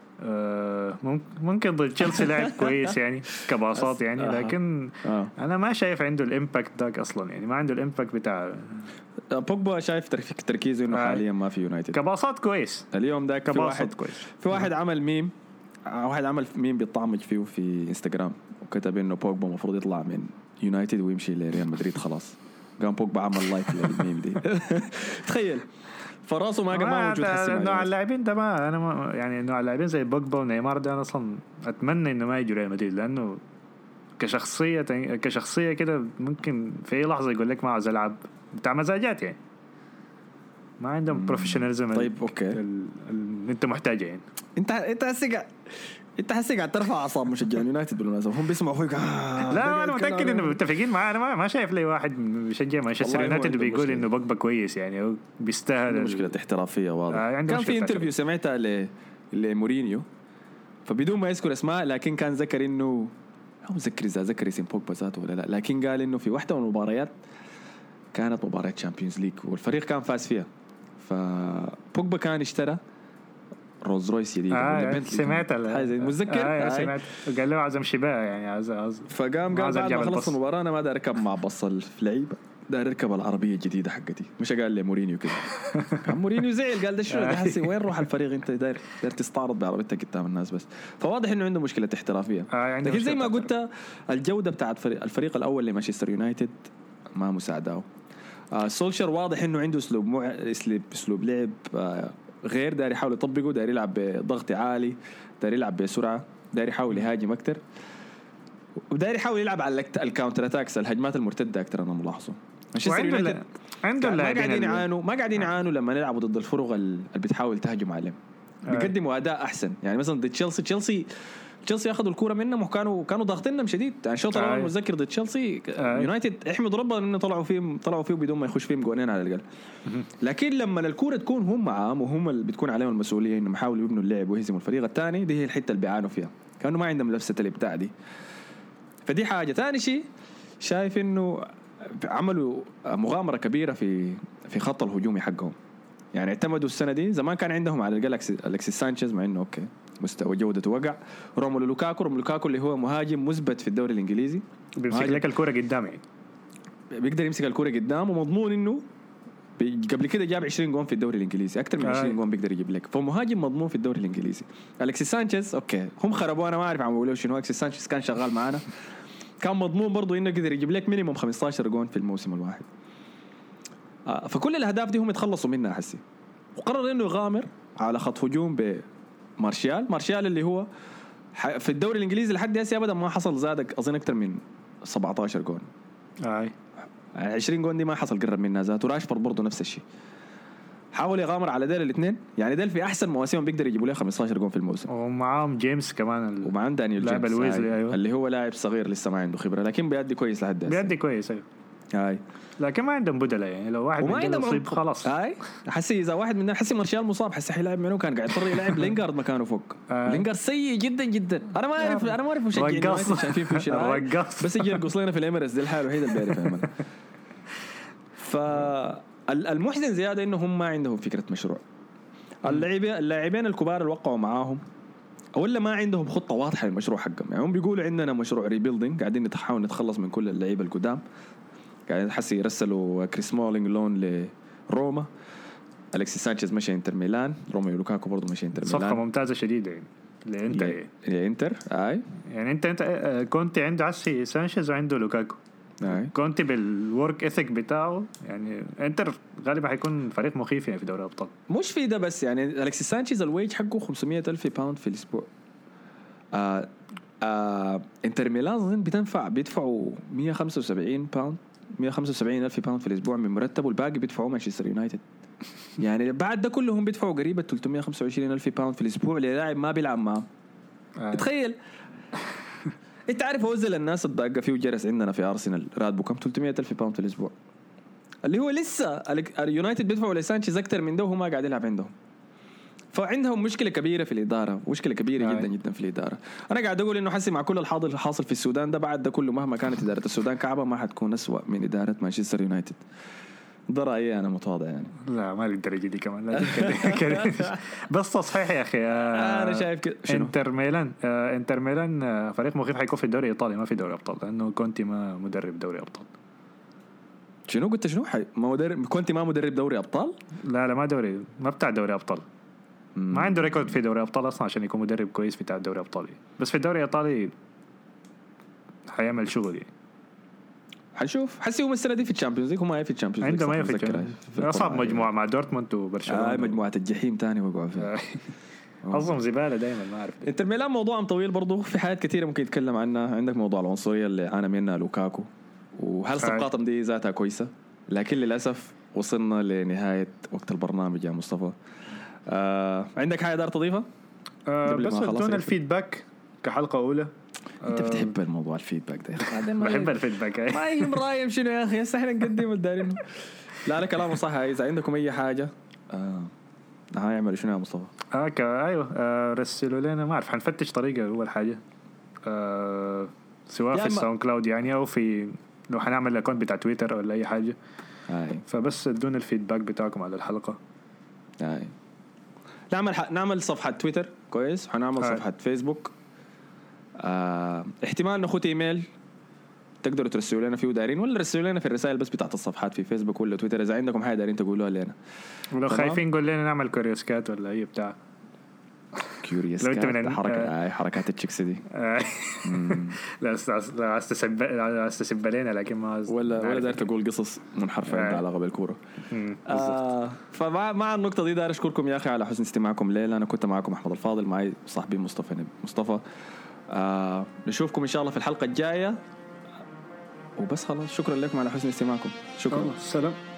ممكن ضد تشيلسي لعب كويس يعني كباصات يعني لكن انا ما شايف عنده الامباكت داك اصلا يعني. ما عنده الامباكت بتاع بوجبا. شايف تركيزه انه حاليا ما في يونايتد. كباصات كويس اليوم ده كباصات كويس. في واحد عمل ميم. واحد عمل ميم بيطعمج فيه في انستغرام وكتب انه بوجبا المفروض يطلع من يونايتد ويمشي لريال مدريد خلاص. قام بوجبا عمل لايك للميم دي. تخيل فراسه ما موجود حسي. نوع اللاعبين ده ما انا ما يعني نوع اللاعبين زي بوجبا ونيمار ده انا اصلا اتمنى انه ما يجوا ريال مدريد لانه كشخصيه كده ممكن في اي لحظه يقول لك ما عاوز العب بتاع مزاجات يعني. ما عندهم بروفيشناليزم. طيب اوكي انت محتاجه يعني. انت حسيك قاعد ترفع اعصاب مشجعين يونايتد بالمناسبه. هم بيسمعوا اخوك لا انا متاكد انه متفقين معاه. انا ما شايف لي واحد بيشجع مانشستر يونايتد بيقول انه بوجبا كويس يعني او بيستاهل. مشكله احترافيه واضحه. كان في انترفيو سمعتها لمورينيو فبدون ما يذكر اسماء لكن كان ذكر انه هو ذكر اسم بوجبا ذاته ولا لا لكن قال انه في واحده من المباريات كانت مباراه تشامبيونز ليج والفريق كان فاز فيها فبوجبا كان اشترى روز رويس جديد. سمعت متذكر سمعت قال له عايز امشي بقى يعني عايز فقام قال بعد ما خلص المباراه انا ما داير اركب مع بص اللعيبه داير اركب العربيه الجديده حقتي. مش قال لي مورينيو كده. كان مورينيو زعل قال ده شنو ده حسي وين روح الفريق انت داير تستعرض بعربيتك قدام الناس بس. فواضح انه عنده مشكله احترافيه. لكن زي ما قلت الجوده بتاعت الفريق الاول لمانشستر يونايتد ما مساعده. سولشر واضح انه عنده اسلوب لعب غير داير يحاول يطبقه. داير يلعب بضغط عالي داير يلعب بسرعه داير يحاول يهاجم اكتر وداير يحاول يلعب على الكاونتر اتاكس الهجمات المرتده اكتر. انا ملاحظه عنده ما قاعدين يعانوا لما يلعبوا ضد الفرق اللي بتحاول تهاجم عليهم. بيقدموا اداء احسن يعني مثلا ضد تشيلسي اخذوا الكوره منهم وكانوا ضاغطينهم شديد يعني. الشوط الاول متذكر ضد تشيلسي يونايتد احمد ربنا انه طلعوا فيه بدون ما يخش فيهم جونين على الاقل. لكن لما الكوره تكون هم معاهم وهم اللي بتكون عليهم المسؤوليه انهم يحاولوا يبنوا اللعب ويهزموا الفريق الثاني دي هي الحته اللي بيعانوا فيها. كانوا ما عندهم لفسه الابداع دي. فدي حاجه. ثاني شيء شايف انه عملوا مغامره كبيره في خط الهجومي حقهم يعني. اعتمدوا السنه دي زمان كان عندهم على أليكسيس سانشيز مع انه اوكي مستوى جودته وقع. روميلو لوكاكو اللي هو مهاجم مثبت في الدوري الانجليزي بيمسك لك الكرة قدام يعني. بيقدر يمسك الكرة قدام ومضمون انه قبل كده جاب 20 جون في الدوري الانجليزي اكثر من 20 جون بيقدر يجيب لك. فمهاجم مضمون في الدوري الانجليزي. أليكسيس سانشيز اوكي هم خربوا انا ما اعرف عم بيقولوا شنو. أليكسيس سانشيز كان شغال معانا كان مضمون برضو انه يقدر يجيب لك مينيموم 15 جون في الموسم الواحد. فكل الاهداف دي هم يتخلصوا منها حسي. وقرر انه يغامر على خط هجوم مارشال اللي هو في الدوري الانجليزي لحد هسه ابدا ما حصل زادك اظن اكثر من 17 جون. 20 جون دي ما حصل قرب منها ذاته. راشفورد برضه نفس الشيء. حاول يغامر على ديل الاثنين يعني. ديل في احسن مواسمهم بيقدر يجيبوا له 15 جون في الموسم. ومعاهم جيمس كمان ومعهم دانيال جيمس أيوة. اللي هو لاعب صغير لسه ما عنده خبره لكن بيأدي كويس لحد هسه. بيأدي كويس ايوه. هاي لكن ما عندهم بدله يعني. لو واحد منهم يصيب خلاص. هاي حسي اذا واحد مننا حسي مارشال مصاب حسي حيلعب منو كان قاعد يضطر يلعب لينغارد مكانه فوق. لينغارد سيء جدا جدا. انا ما اعرف مشجعين شايفين في شيء بس يجي يرقص لنا في الاميريتس دي الحاله الوحيده اللي بيعرف يعملها. فالمحزن زياده انه هم ما عندهم فكره مشروع. اللاعبين الكبار اللي وقعوا معاهم ولا ما عندهم خطه واضحه للمشروع حقهم يعني. هم بيقولوا عندنا مشروع ريبيلدينج قاعدين نحاول نتخلص من كل اللعيبه القدام. قاعدين حسي يرسلوا كريس مولينج لون لروما. أليكسيس سانشيز مشى انتر ميلان. روميلو لوكاكو برضه مشى انتر ميلان. صفقه ممتازه شديده يعني لإنتر يعني انت كونتي عنده عسي سانشيز وعنده لوكاكو. كونتي بالورك اثيك بتاعه يعني انتر غالبا حيكون فريق مخيف يعني في دوري الابطال. مش في ده بس يعني أليكسيس سانشيز الويج حقه 500,000 باوند في الاسبوع. انتر ميلان بيدفعوا 175,000 باوند في الاسبوع من مرتبه. والباقي بيدفعوا مانشستر يونايتد. يعني بعد ده كلهم بيدفعوا قريبة 325,000 باوند في الاسبوع للاعب ما بيلعب معه. تخيل انت عارف اوزل الناس الضاقه فيه وجرس عندنا في ارسنال راتبه كم 300,000 باوند في الاسبوع. اللي هو لسه اليونايتد بيدفعوا لسانشيز اكثر من ده وهو ما قاعد يلعب عندهم. فعندهم مشكله كبيره في الاداره، مشكله كبيره جدا جدا في الاداره. انا قاعد اقول انه حسي مع كل الحاصل في السودان ده، بعد ده كله مهما كانت اداره السودان كعبه ما حتكون اسوأ من اداره مانشستر يونايتد. ده رايي انا متواضع يعني. لا ما للدرجه دي كمان، لكن كده بس تصحيح يا اخي. انا شايف كده. انتر ميلان فريق مخيف حيكون في الدوري الايطالي، ما في دوري ابطال، لانه كونتي ما مدرب دوري ابطال. شنو قلت شنو ما مدرب كونتي ما مدرب دوري ابطال؟ لا ما دوري، ما بتاع دوري ابطال. ما عنده ريكورد في دوري ابطال اصلا عشان يكون مدرب كويس في بتاع الدوري الايطالي، بس في الدوري الايطالي حيعمل شغل يعني. حنشوف. حسي هم السنه دي في الشامبيونز ليج، هم ما في الشامبيونز ليج، عنده ما في اصعب مجموعه مع دورتموند وبرشلونه. مجموعه الجحيم تاني وقعوا فيها. حظهم زباله دايما، ما اعرف. انتر ميلان موضوع طويل برضه، في حاجات كثيره ممكن يتكلم عنها. عندك موضوع العنصريه اللي عانى منها لوكاكو، وهل صفقاتهم دي ذاتها كويسه، لكن للاسف وصلنا لنهايه وقت البرنامج يا مصطفى. عندك حاجه دار تضيفها؟ بس ادونا الفيدباك كحلقه اولى. انت بتحب الموضوع الفيدباك ده؟ بحب الفيدباك. ما يهم رايم شنو يا اخي، هسه احنا نقدم الدارين. لا كلامه صح. اذا عندكم اي حاجه هيعملوا شنو يا مصطفى؟ ايوه رسلوا لنا، ما اعرف، حنفتش طريقه اول حاجه سواء في الساوند كلاود يعني، او في لو حنعمل الاكونت بتاع تويتر ولا اي حاجه. فبس ادونا الفيدباك بتاعكم على الحلقه. نعمل صفحه تويتر كويس، حنعمل صفحه فيسبوك. احتمال ناخد ايميل تقدروا ترسلوا لنا فيه دارين، ولا رسلوا لنا في الرسائل بس بتاعت الصفحات في فيسبوك ولا تويتر اذا عندكم حاجه دارين تقولوها لنا. ولو خايفين قول لنا نعمل كوريوسكات ولا اي بتاع كيوريوسكات، حركات التشيكس دي. لا استسب لنا، لكن ما ولا داير تقول قصص منحرفه عندها علاقه بالكوره. فمع النقطه دي داير اشكركم يا اخي على حسن استماعكم ليله. انا كنت معكم احمد الفاضل، معي صاحبي مصطفى. نشوفكم ان شاء الله في الحلقه الجايه، وبس خلاص. شكرا لكم على حسن استماعكم. شكرا. سلام.